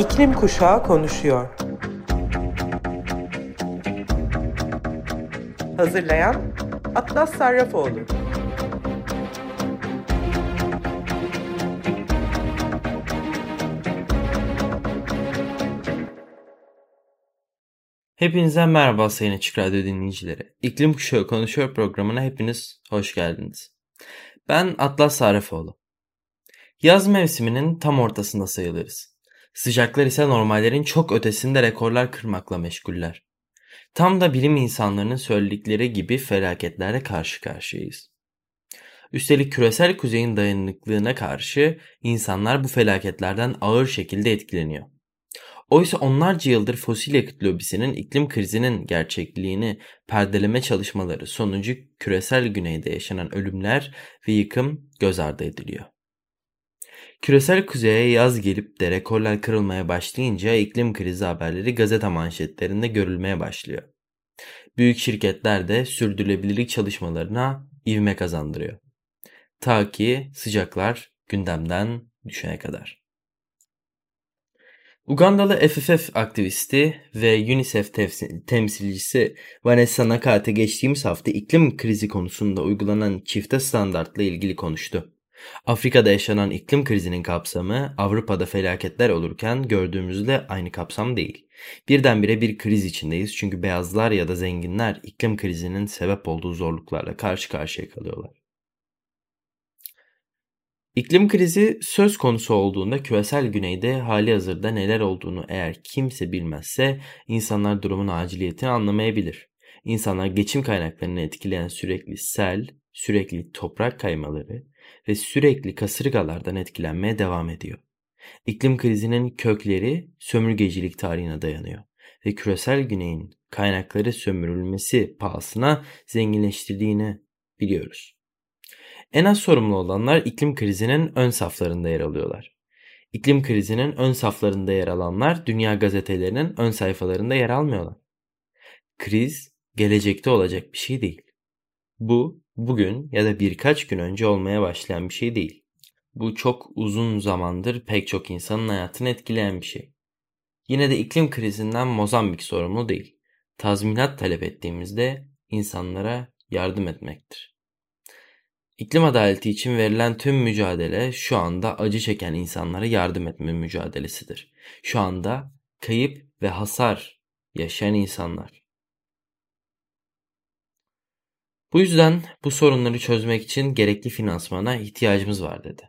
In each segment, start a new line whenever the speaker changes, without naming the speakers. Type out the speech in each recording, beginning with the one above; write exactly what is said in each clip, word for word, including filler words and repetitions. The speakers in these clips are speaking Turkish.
İklim Kuşağı konuşuyor. Hazırlayan Atlas Sarrafoğlu.
Hepinize merhaba sayın Açık Radyo dinleyicileri. İklim Kuşağı konuşuyor programına hepiniz hoş geldiniz. Ben Atlas Sarrafoğlu. Yaz mevsiminin tam ortasında sayılırız. Sıcaklar ise normallerin çok ötesinde rekorlar kırmakla meşguller. Tam da bilim insanlarının söyledikleri gibi felaketlerle karşı karşıyayız. Üstelik küresel kuzeyin dayanıklılığına karşı insanlar bu felaketlerden ağır şekilde etkileniyor. Oysa onlarca yıldır fosil yakıt lobisinin iklim krizinin gerçekliğini perdeleme çalışmaları sonucu küresel güneyde yaşanan ölümler ve yıkım göz ardı ediliyor. Küresel kuzeye yaz gelip de rekorlar kırılmaya başlayınca iklim krizi haberleri gazete manşetlerinde görülmeye başlıyor. Büyük şirketler de sürdürülebilirlik çalışmalarına ivme kazandırıyor. Ta ki sıcaklar gündemden düşene kadar. Ugandalı F F F aktivisti ve UNICEF temsilcisi Vanessa Nakate geçtiğimiz hafta iklim krizi konusunda uygulanan çifte standartla ilgili konuştu. Afrika'da yaşanan iklim krizinin kapsamı Avrupa'da felaketler olurken gördüğümüzle aynı kapsam değil. Birdenbire bir kriz içindeyiz çünkü beyazlar ya da zenginler iklim krizinin sebep olduğu zorluklarla karşı karşıya kalıyorlar. İklim krizi söz konusu olduğunda küresel güneyde halihazırda neler olduğunu eğer kimse bilmezse insanlar durumun aciliyetini anlamayabilir. İnsanlar geçim kaynaklarını etkileyen sürekli sel, sürekli toprak kaymaları ve sürekli kasırgalardan etkilenmeye devam ediyor. İklim krizinin kökleri sömürgecilik tarihine dayanıyor ve küresel güneyin kaynakları sömürülmesi pahasına zenginleştirdiğini biliyoruz. En az sorumlu olanlar iklim krizinin ön saflarında yer alıyorlar. İklim krizinin ön saflarında yer alanlar dünya gazetelerinin ön sayfalarında yer almıyorlar. Kriz gelecekte olacak bir şey değil. Bu bugün ya da birkaç gün önce olmaya başlayan bir şey değil. Bu çok uzun zamandır pek çok insanın hayatını etkileyen bir şey. Yine de iklim krizinden Mozambik sorumlu değil. Tazminat talep ettiğimizde insanlara yardım etmektir. İklim adaleti için verilen tüm mücadele şu anda acı çeken insanlara yardım etme mücadelesidir. Şu anda kayıp ve hasar yaşayan insanlar. Bu yüzden bu sorunları çözmek için gerekli finansmana ihtiyacımız var dedi.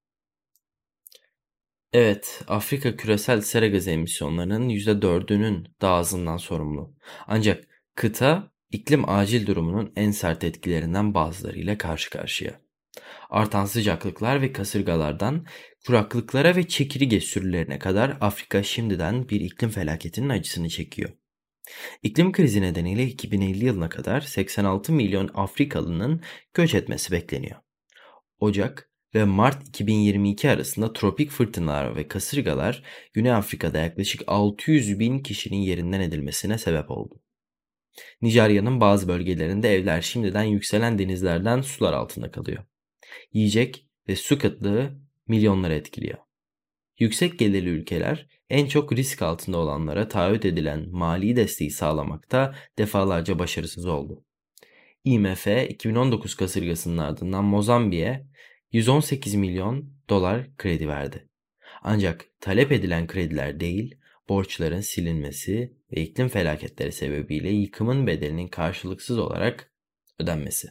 Evet, Afrika küresel sera gazı emisyonlarının yüzde dördünün daha azından sorumlu. Ancak kıta iklim acil durumunun en sert etkilerinden bazılarıyla karşı karşıya. Artan sıcaklıklar ve kasırgalardan kuraklıklara ve çekirge sürülerine kadar Afrika şimdiden bir iklim felaketinin acısını çekiyor. İklim krizi nedeniyle iki bin elli yılına kadar seksen altı milyon Afrikalının göç etmesi bekleniyor. Ocak ve Mart iki bin yirmi iki arasında tropik fırtınalar ve kasırgalar Güney Afrika'da yaklaşık altı yüz bin kişinin yerinden edilmesine sebep oldu. Nijerya'nın bazı bölgelerinde evler şimdiden yükselen denizlerden sular altında kalıyor. Yiyecek ve su kıtlığı milyonları etkiliyor. Yüksek gelirli ülkeler en çok risk altında olanlara taahhüt edilen mali desteği sağlamakta defalarca başarısız oldu. I M F iki bin on dokuz kasırgasının ardından Mozambik'e yüz on sekiz milyon dolar kredi verdi. Ancak talep edilen krediler değil, borçların silinmesi ve iklim felaketleri sebebiyle yıkımın bedelinin karşılıksız olarak ödenmesi.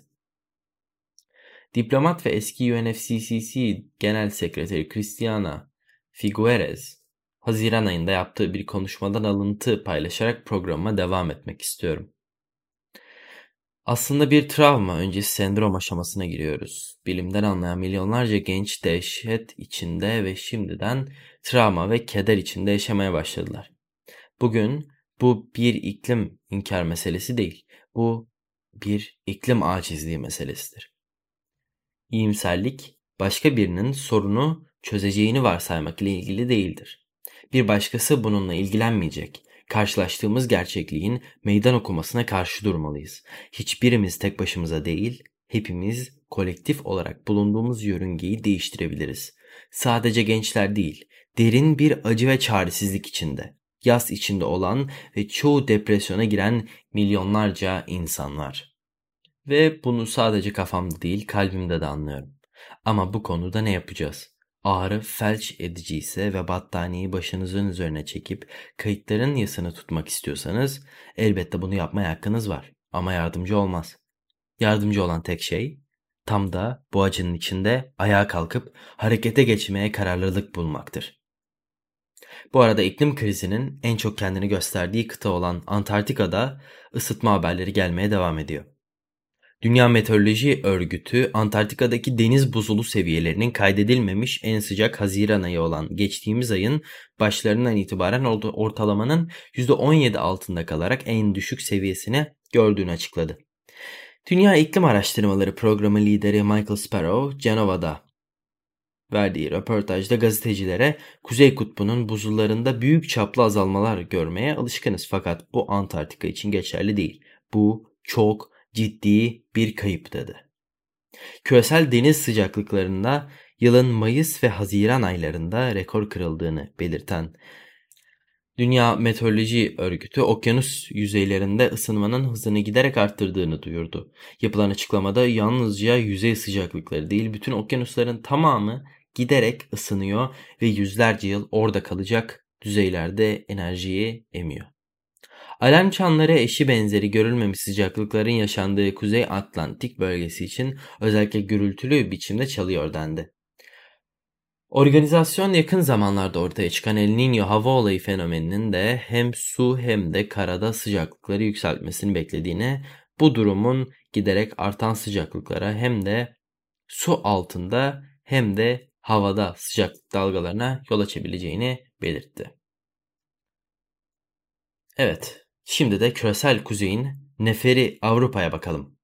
Diplomat ve eski U N F C C C Genel Sekreteri Christiana Figueres, Haziran ayında yaptığı bir konuşmadan alıntı paylaşarak programıma devam etmek istiyorum. Aslında bir travma öncesi sendrom aşamasına giriyoruz. Bilimden anlayan milyonlarca genç dehşet içinde ve şimdiden travma ve keder içinde yaşamaya başladılar. Bugün bu bir iklim inkar meselesi değil, bu bir iklim acizliği meselesidir. İyimserlik, başka birinin sorunu çözeceğini varsaymak ile ilgili değildir. Bir başkası bununla ilgilenmeyecek. Karşılaştığımız gerçekliğin meydan okumasına karşı durmalıyız. Hiçbirimiz tek başımıza değil, hepimiz kolektif olarak bulunduğumuz yörüngeyi değiştirebiliriz. Sadece gençler değil, derin bir acı ve çaresizlik içinde, yas içinde olan ve çoğu depresyona giren milyonlarca insan var. Ve bunu sadece kafamda değil, kalbimde de anlıyorum. Ama bu konuda ne yapacağız? Ağrı felç edici ise ve battaniyeyi başınızın üzerine çekip kayıtların yasını tutmak istiyorsanız elbette bunu yapmaya hakkınız var. Ama yardımcı olmaz. Yardımcı olan tek şey tam da bu acının içinde ayağa kalkıp harekete geçmeye kararlılık bulmaktır. Bu arada iklim krizinin en çok kendini gösterdiği kıta olan Antarktika'da ısıtma haberleri gelmeye devam ediyor. Dünya Meteoroloji Örgütü, Antarktika'daki deniz buzulu seviyelerinin kaydedilmemiş en sıcak Haziran ayı olan geçtiğimiz ayın başlarından itibaren ortalamanın yüzde on yedi altında kalarak en düşük seviyesini gördüğünü açıkladı. Dünya İklim Araştırmaları Programı lideri Michael Sparrow, Cenova'da verdiği röportajda gazetecilere Kuzey Kutbu'nun buzullarında büyük çaplı azalmalar görmeye alışkınız fakat bu Antarktika için geçerli değil. Bu çok ciddi bir kayıp dedi. Küresel deniz sıcaklıklarında yılın Mayıs ve Haziran aylarında rekor kırıldığını belirten Dünya Meteoroloji Örgütü okyanus yüzeylerinde ısınmanın hızını giderek arttırdığını duyurdu. Yapılan açıklamada yalnızca yüzey sıcaklıkları değil bütün okyanusların tamamı giderek ısınıyor ve yüzlerce yıl orada kalacak düzeylerde enerjiyi emiyor. Alarm çanları eşi benzeri görülmemiş sıcaklıkların yaşandığı Kuzey Atlantik bölgesi için özellikle gürültülü biçimde çalıyor dendi. Organizasyon yakın zamanlarda ortaya çıkan El Niño hava olayı fenomeninin de hem su hem de karada sıcaklıkları yükseltmesini beklediğine, bu durumun giderek artan sıcaklıklara hem de su altında hem de havada sıcaklık dalgalarına yol açabileceğini belirtti. Evet, şimdi de küresel kuzeyin neferi Avrupa'ya bakalım.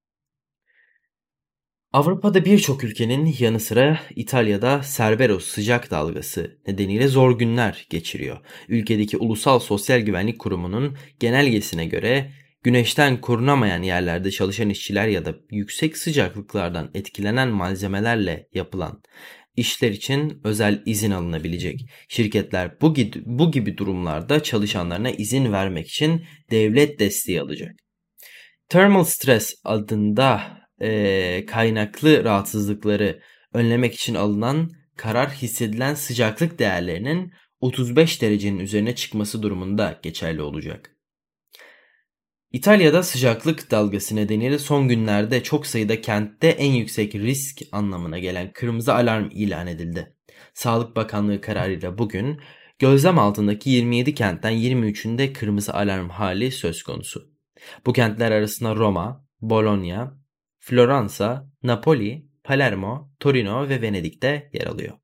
Avrupa'da birçok ülkenin yanı sıra İtalya'da Cerberus sıcak dalgası nedeniyle zor günler geçiriyor. Ülkedeki Ulusal Sosyal Güvenlik Kurumu'nun genelgesine göre güneşten korunamayan yerlerde çalışan işçiler ya da yüksek sıcaklıklardan etkilenen malzemelerle yapılan işler için özel izin alınabilecek. Şirketler bu gibi, bu gibi durumlarda çalışanlarına izin vermek için devlet desteği alacak. Thermal stress adında e, kaynaklı rahatsızlıkları önlemek için alınan karar hissedilen sıcaklık değerlerinin otuz beş derecenin üzerine çıkması durumunda geçerli olacak. İtalya'da sıcaklık dalgası nedeniyle son günlerde çok sayıda kentte en yüksek risk anlamına gelen kırmızı alarm ilan edildi. Sağlık Bakanlığı kararıyla bugün gözlem altındaki yirmi yedi kentten yirmi üçünde kırmızı alarm hali söz konusu. Bu kentler arasında Roma, Bologna, Floransa, Napoli, Palermo, Torino ve Venedik'te yer alıyor.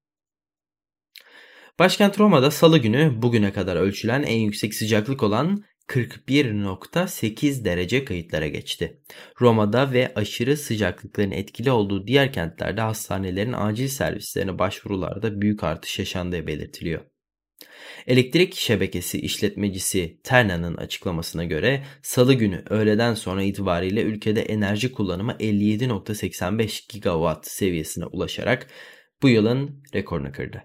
Başkent Roma'da salı günü bugüne kadar ölçülen en yüksek sıcaklık olan kırk bir virgül sekiz derece kayıtlara geçti. Roma'da ve aşırı sıcaklıkların etkili olduğu diğer kentlerde hastanelerin acil servislerine başvurularda büyük artış yaşandığı belirtiliyor. Elektrik şebekesi işletmecisi Terna'nın açıklamasına göre salı günü öğleden sonra itibariyle ülkede enerji kullanımı elli yedi virgül seksen beş gigawatt seviyesine ulaşarak bu yılın rekorunu kırdı.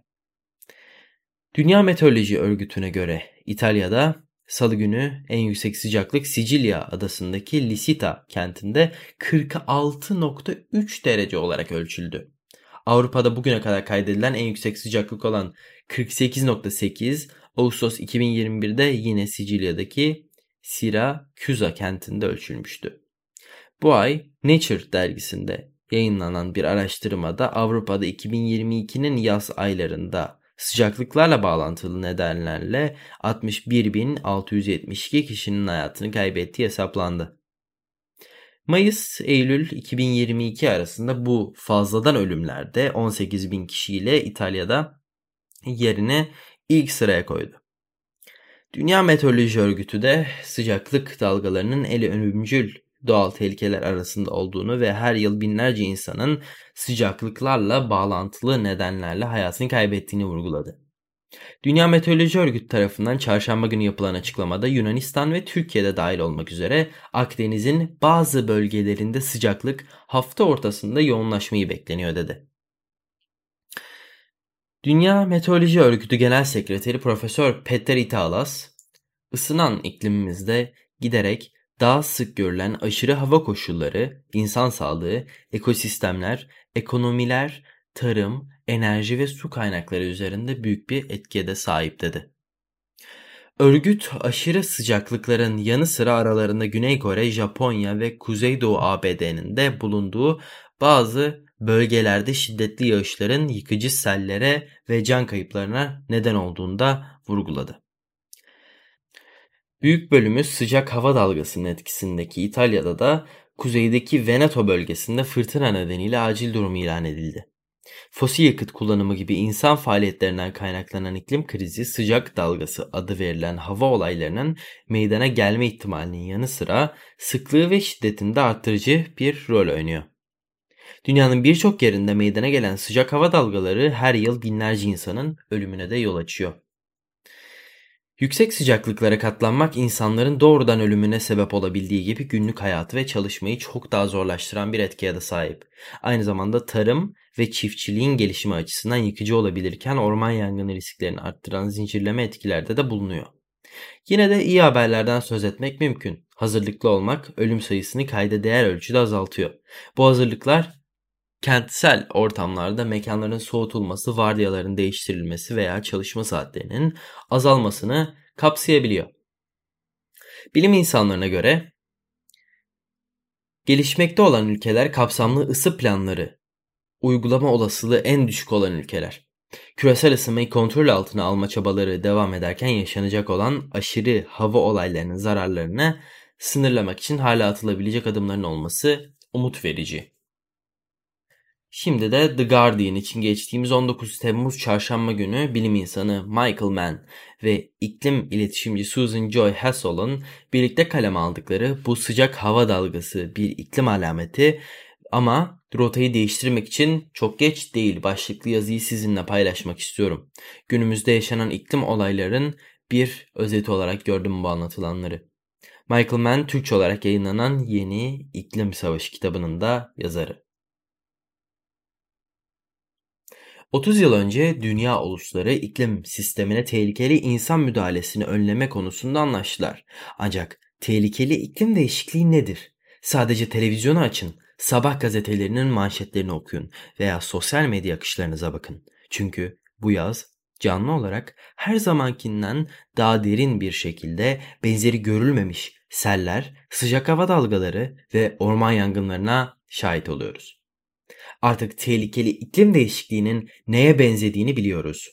Dünya Meteoroloji Örgütü'ne göre İtalya'da salı günü en yüksek sıcaklık Sicilya adasındaki Lisita kentinde kırk altı virgül üç derece olarak ölçüldü. Avrupa'da bugüne kadar kaydedilen en yüksek sıcaklık olan kırk sekiz virgül sekiz Ağustos iki bin yirmi birde yine Sicilya'daki Siracusa kentinde ölçülmüştü. Bu ay Nature dergisinde yayınlanan bir araştırmada Avrupa'da iki bin yirmi ikinin yaz aylarında sıcaklıklarla bağlantılı nedenlerle altmış bir bin altı yüz yetmiş iki kişinin hayatını kaybettiği hesaplandı. Mayıs-Eylül iki bin yirmi iki arasında bu fazladan ölümlerde on sekiz bin kişiyle İtalya'da yerini ilk sıraya koydu. Dünya Meteoroloji Örgütü de sıcaklık dalgalarının en ölümcül doğal tehlikeler arasında olduğunu ve her yıl binlerce insanın sıcaklıklarla bağlantılı nedenlerle hayatını kaybettiğini vurguladı. Dünya Meteoroloji Örgütü tarafından çarşamba günü yapılan açıklamada Yunanistan ve Türkiye'de dahil olmak üzere Akdeniz'in bazı bölgelerinde sıcaklık hafta ortasında yoğunlaşmayı bekleniyor dedi. Dünya Meteoroloji Örgütü Genel Sekreteri Profesör Peter Italas, ısınan iklimimizde giderek daha sık görülen aşırı hava koşulları, insan sağlığı, ekosistemler, ekonomiler, tarım, enerji ve su kaynakları üzerinde büyük bir etkiye de sahip dedi. Örgüt aşırı sıcaklıkların yanı sıra aralarında Güney Kore, Japonya ve Kuzeydoğu A B D'nin de bulunduğu bazı bölgelerde şiddetli yağışların yıkıcı sellere ve can kayıplarına neden olduğunu da vurguladı. Büyük bölümü sıcak hava dalgasının etkisindeki İtalya'da da kuzeydeki Veneto bölgesinde fırtına nedeniyle acil durum ilan edildi. Fosil yakıt kullanımı gibi insan faaliyetlerinden kaynaklanan iklim krizi, sıcak dalgası adı verilen hava olaylarının meydana gelme ihtimalinin yanı sıra sıklığı ve şiddetini de arttırıcı bir rol oynuyor. Dünyanın birçok yerinde meydana gelen sıcak hava dalgaları her yıl binlerce insanın ölümüne de yol açıyor. Yüksek sıcaklıklara katlanmak insanların doğrudan ölümüne sebep olabildiği gibi günlük hayatı ve çalışmayı çok daha zorlaştıran bir etkiye de sahip. Aynı zamanda tarım ve çiftçiliğin gelişimi açısından yıkıcı olabilirken orman yangını risklerini arttıran zincirleme etkilerde de bulunuyor. Yine de iyi haberlerden söz etmek mümkün. Hazırlıklı olmak ölüm sayısını kayda değer ölçüde azaltıyor. Bu hazırlıklar kentsel ortamlarda mekanların soğutulması, vardiyaların değiştirilmesi veya çalışma saatlerinin azalmasını kapsayabiliyor. Bilim insanlarına göre gelişmekte olan ülkeler kapsamlı ısı planları uygulama olasılığı en düşük olan ülkeler. Küresel ısınmayı kontrol altına alma çabaları devam ederken yaşanacak olan aşırı hava olaylarının zararlarını sınırlamak için hala atılabilecek adımların olması umut verici. Şimdi de The Guardian için geçtiğimiz on dokuz Temmuz Çarşamba günü bilim insanı Michael Mann ve iklim iletişimci Susan Joy Hassel'ın birlikte kaleme aldıkları bu sıcak hava dalgası bir iklim alameti ama rotayı değiştirmek için çok geç değil başlıklı yazıyı sizinle paylaşmak istiyorum. Günümüzde yaşanan iklim olayların bir özeti olarak gördüm bu anlatılanları. Michael Mann, Türkçe olarak yayınlanan Yeni İklim Savaşı kitabının da yazarı. otuz yıl önce dünya ulusları iklim sistemine tehlikeli insan müdahalesini önleme konusunda anlaştılar. Ancak tehlikeli iklim değişikliği nedir? Sadece televizyonu açın, sabah gazetelerinin manşetlerini okuyun veya sosyal medya akışlarınıza bakın. Çünkü bu yaz canlı olarak her zamankinden daha derin bir şekilde benzeri görülmemiş seller, sıcak hava dalgaları ve orman yangınlarına şahit oluyoruz. Artık tehlikeli iklim değişikliğinin neye benzediğini biliyoruz.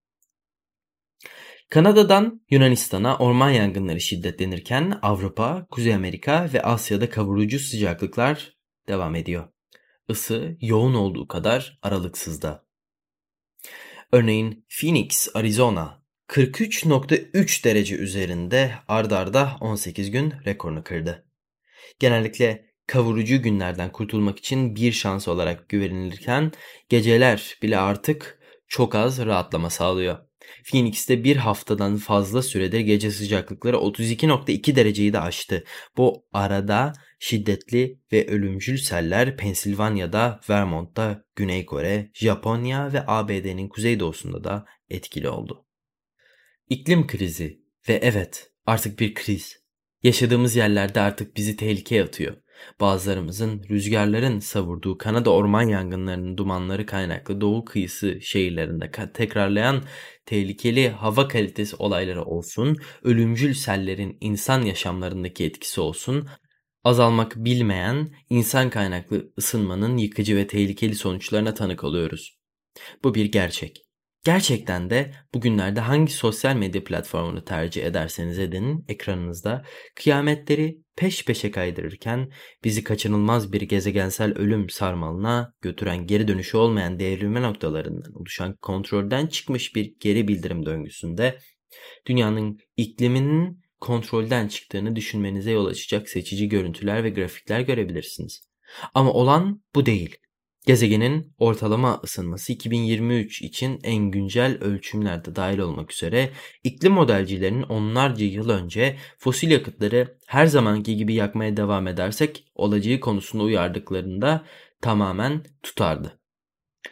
Kanada'dan Yunanistan'a orman yangınları şiddetlenirken Avrupa, Kuzey Amerika ve Asya'da kavurucu sıcaklıklar devam ediyor. Isı yoğun olduğu kadar aralıksız da. Örneğin Phoenix, Arizona kırk üç nokta üç derece üzerinde ard arda on sekiz gün rekorunu kırdı. Genellikle kavurucu günlerden kurtulmak için bir şans olarak güvenilirken geceler bile artık çok az rahatlama sağlıyor. Phoenix'te bir haftadan fazla süredir gece sıcaklıkları otuz iki nokta iki dereceyi de aştı. Bu arada şiddetli ve ölümcül seller Pensilvanya'da, Vermont'ta, Güney Kore, Japonya ve A B D'nin kuzeydoğusunda da etkili oldu. İklim krizi ve evet artık bir kriz. Yaşadığımız yerlerde artık bizi tehlikeye atıyor. Bazılarımızın rüzgarların savurduğu Kanada orman yangınlarının dumanları kaynaklı doğu kıyısı şehirlerinde tekrarlayan tehlikeli hava kalitesi olayları olsun, ölümcül sellerin insan yaşamlarındaki etkisi olsun, azalmak bilmeyen insan kaynaklı ısınmanın yıkıcı ve tehlikeli sonuçlarına tanık oluyoruz. Bu bir gerçek. Gerçekten de bugünlerde hangi sosyal medya platformunu tercih ederseniz edin ekranınızda kıyametleri peş peşe kaydırırken bizi kaçınılmaz bir gezegensel ölüm sarmalına götüren geri dönüşü olmayan devrilme noktalarından oluşan kontrolden çıkmış bir geri bildirim döngüsünde dünyanın ikliminin kontrolden çıktığını düşünmenize yol açacak seçici görüntüler ve grafikler görebilirsiniz. Ama olan bu değil. Gezegenin ortalama ısınması iki bin yirmi üç için en güncel ölçümlerde dahil olmak üzere iklim modelcilerinin onlarca yıl önce fosil yakıtları her zamanki gibi yakmaya devam edersek olacağı konusunda uyardıklarında tamamen tutardı.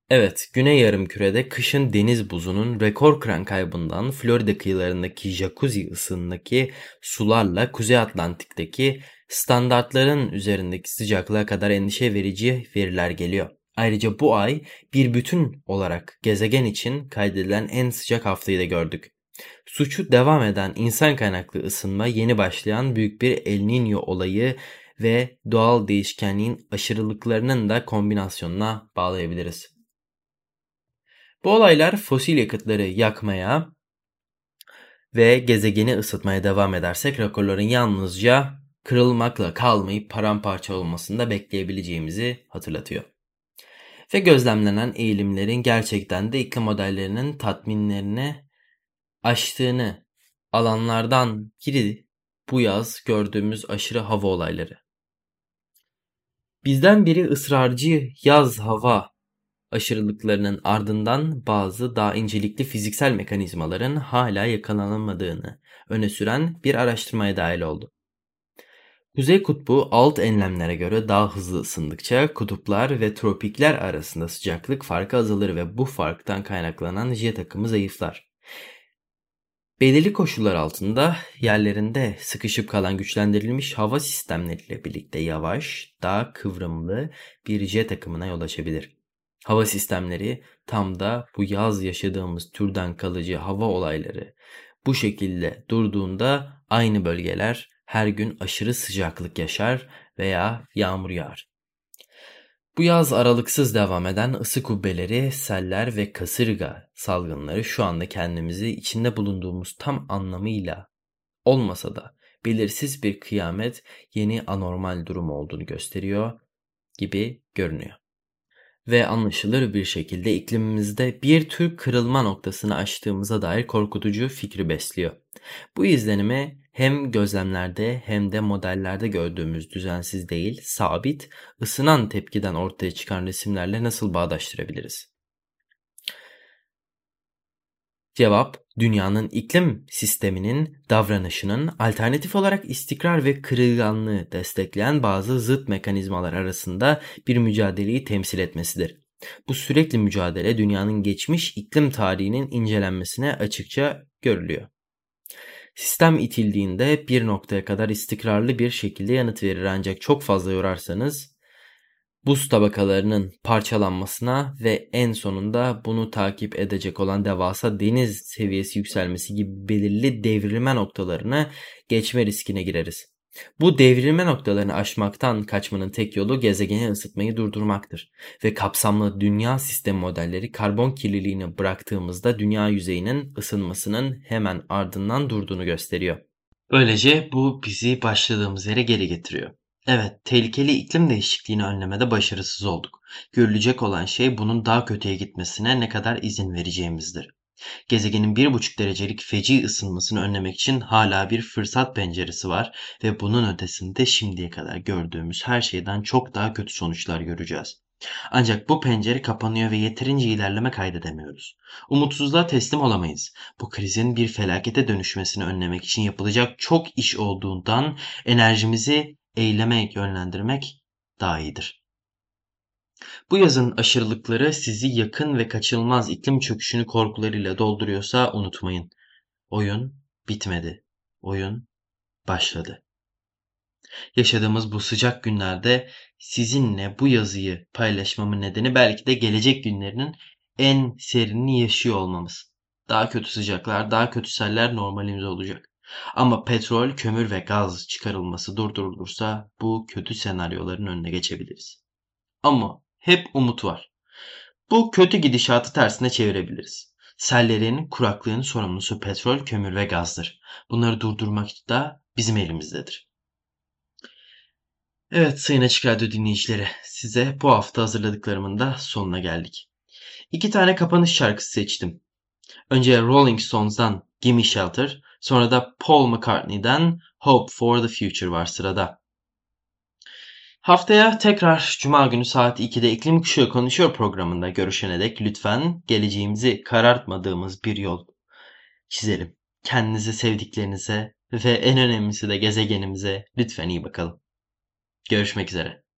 Evet, Güney Yarımküre'de kışın deniz buzunun rekor kıran kaybından Florida kıyılarındaki jacuzzi ısısındaki sularla Kuzey Atlantik'teki standartların üzerindeki sıcaklığa kadar endişe verici veriler geliyor. Ayrıca bu ay bir bütün olarak gezegen için kaydedilen en sıcak haftayı da gördük. Suçu devam eden insan kaynaklı ısınma, yeni başlayan büyük bir El Niño olayı ve doğal değişkenliğin aşırılıklarının da kombinasyonuna bağlayabiliriz. Bu olaylar fosil yakıtları yakmaya ve gezegeni ısıtmaya devam edersek rekorların yalnızca kırılmakla kalmayıp paramparça olmasını da bekleyebileceğimizi hatırlatıyor. Ve gözlemlenen eğilimlerin gerçekten de iklim modellerinin tatminlerini aştığını alanlardan biri bu yaz gördüğümüz aşırı hava olayları. Bizden biri ısrarcı yaz hava aşırılıklarının ardından bazı daha incelikli fiziksel mekanizmaların hala yakalanamadığını öne süren bir araştırmaya dahil oldu. Kuzey kutbu alt enlemlere göre daha hızlı ısındıkça kutuplar ve tropikler arasında sıcaklık farkı azalır ve bu farktan kaynaklanan jet akımı zayıflar. Belirli koşullar altında yerlerinde sıkışıp kalan güçlendirilmiş hava sistemleriyle birlikte yavaş, daha kıvrımlı bir jet akımına yol açabilir. Hava sistemleri tam da bu yaz yaşadığımız türden kalıcı hava olayları bu şekilde durduğunda aynı bölgeler her gün aşırı sıcaklık yaşar veya yağmur yağar. Bu yaz aralıksız devam eden ısı kubbeleri, seller ve kasırga salgınları şu anda kendimizi içinde bulunduğumuz tam anlamıyla olmasa da belirsiz bir kıyamet, yeni anormal durum olduğunu gösteriyor gibi görünüyor. Ve anlaşılır bir şekilde iklimimizde bir tür kırılma noktasını aştığımıza dair korkutucu fikri besliyor. Bu izlenimi hem gözlemlerde hem de modellerde gördüğümüz düzensiz değil, sabit, ısınan tepkiden ortaya çıkan resimlerle nasıl bağdaştırabiliriz? Cevap, dünyanın iklim sisteminin davranışının alternatif olarak istikrar ve kırılganlığı destekleyen bazı zıt mekanizmalar arasında bir mücadeleyi temsil etmesidir. Bu sürekli mücadele dünyanın geçmiş iklim tarihinin incelenmesine açıkça görülüyor. Sistem itildiğinde bir noktaya kadar istikrarlı bir şekilde yanıt verir, ancak çok fazla yorarsanız buz tabakalarının parçalanmasına ve en sonunda bunu takip edecek olan devasa deniz seviyesi yükselmesi gibi belirli devrilme noktalarını geçme riskine gireriz. Bu devrilme noktalarını aşmaktan kaçmanın tek yolu gezegeni ısıtmayı durdurmaktır ve kapsamlı dünya sistem modelleri karbon kirliliğini bıraktığımızda dünya yüzeyinin ısınmasının hemen ardından durduğunu gösteriyor. Böylece bu bizi başladığımız yere geri getiriyor. Evet, tehlikeli iklim değişikliğini önlemede başarısız olduk. Görülecek olan şey bunun daha kötüye gitmesine ne kadar izin vereceğimizdir. Gezegenin bir buçuk derecelik feci ısınmasını önlemek için hala bir fırsat penceresi var ve bunun ötesinde şimdiye kadar gördüğümüz her şeyden çok daha kötü sonuçlar göreceğiz. Ancak bu pencere kapanıyor ve yeterince ilerleme kaydedemiyoruz. Umutsuzluğa teslim olamayız. Bu krizin bir felakete dönüşmesini önlemek için yapılacak çok iş olduğundan enerjimizi eyleme yönlendirmek daha iyidir. Bu yazın aşırılıkları sizi yakın ve kaçınılmaz iklim çöküşünü korkularıyla dolduruyorsa unutmayın. Oyun bitmedi. Oyun başladı. Yaşadığımız bu sıcak günlerde sizinle bu yazıyı paylaşmamın nedeni belki de gelecek günlerinin en serinini yaşıyor olmamız. Daha kötü sıcaklar, daha kötü seller normalimiz olacak. Ama petrol, kömür ve gaz çıkarılması durdurulursa bu kötü senaryoların önüne geçebiliriz. Ama hep umut var. Bu kötü gidişatı tersine çevirebiliriz. Sellerin, kuraklığın sorumlusu petrol, kömür ve gazdır. Bunları durdurmak da bizim elimizdedir. Evet sayın Açık Radyo dinleyicileri, size bu hafta hazırladıklarımın da sonuna geldik. İki tane kapanış şarkısı seçtim. Önce Rolling Stones'dan Gimme Shelter, sonra da Paul McCartney'den Hope for the Future var sırada. Haftaya tekrar Cuma günü saat ikide İklim Kuşağı Konuşuyor programında görüşene dek lütfen geleceğimizi karartmadığımız bir yol çizelim. Kendinize, sevdiklerinize ve en önemlisi de gezegenimize lütfen iyi bakalım. Görüşmek üzere.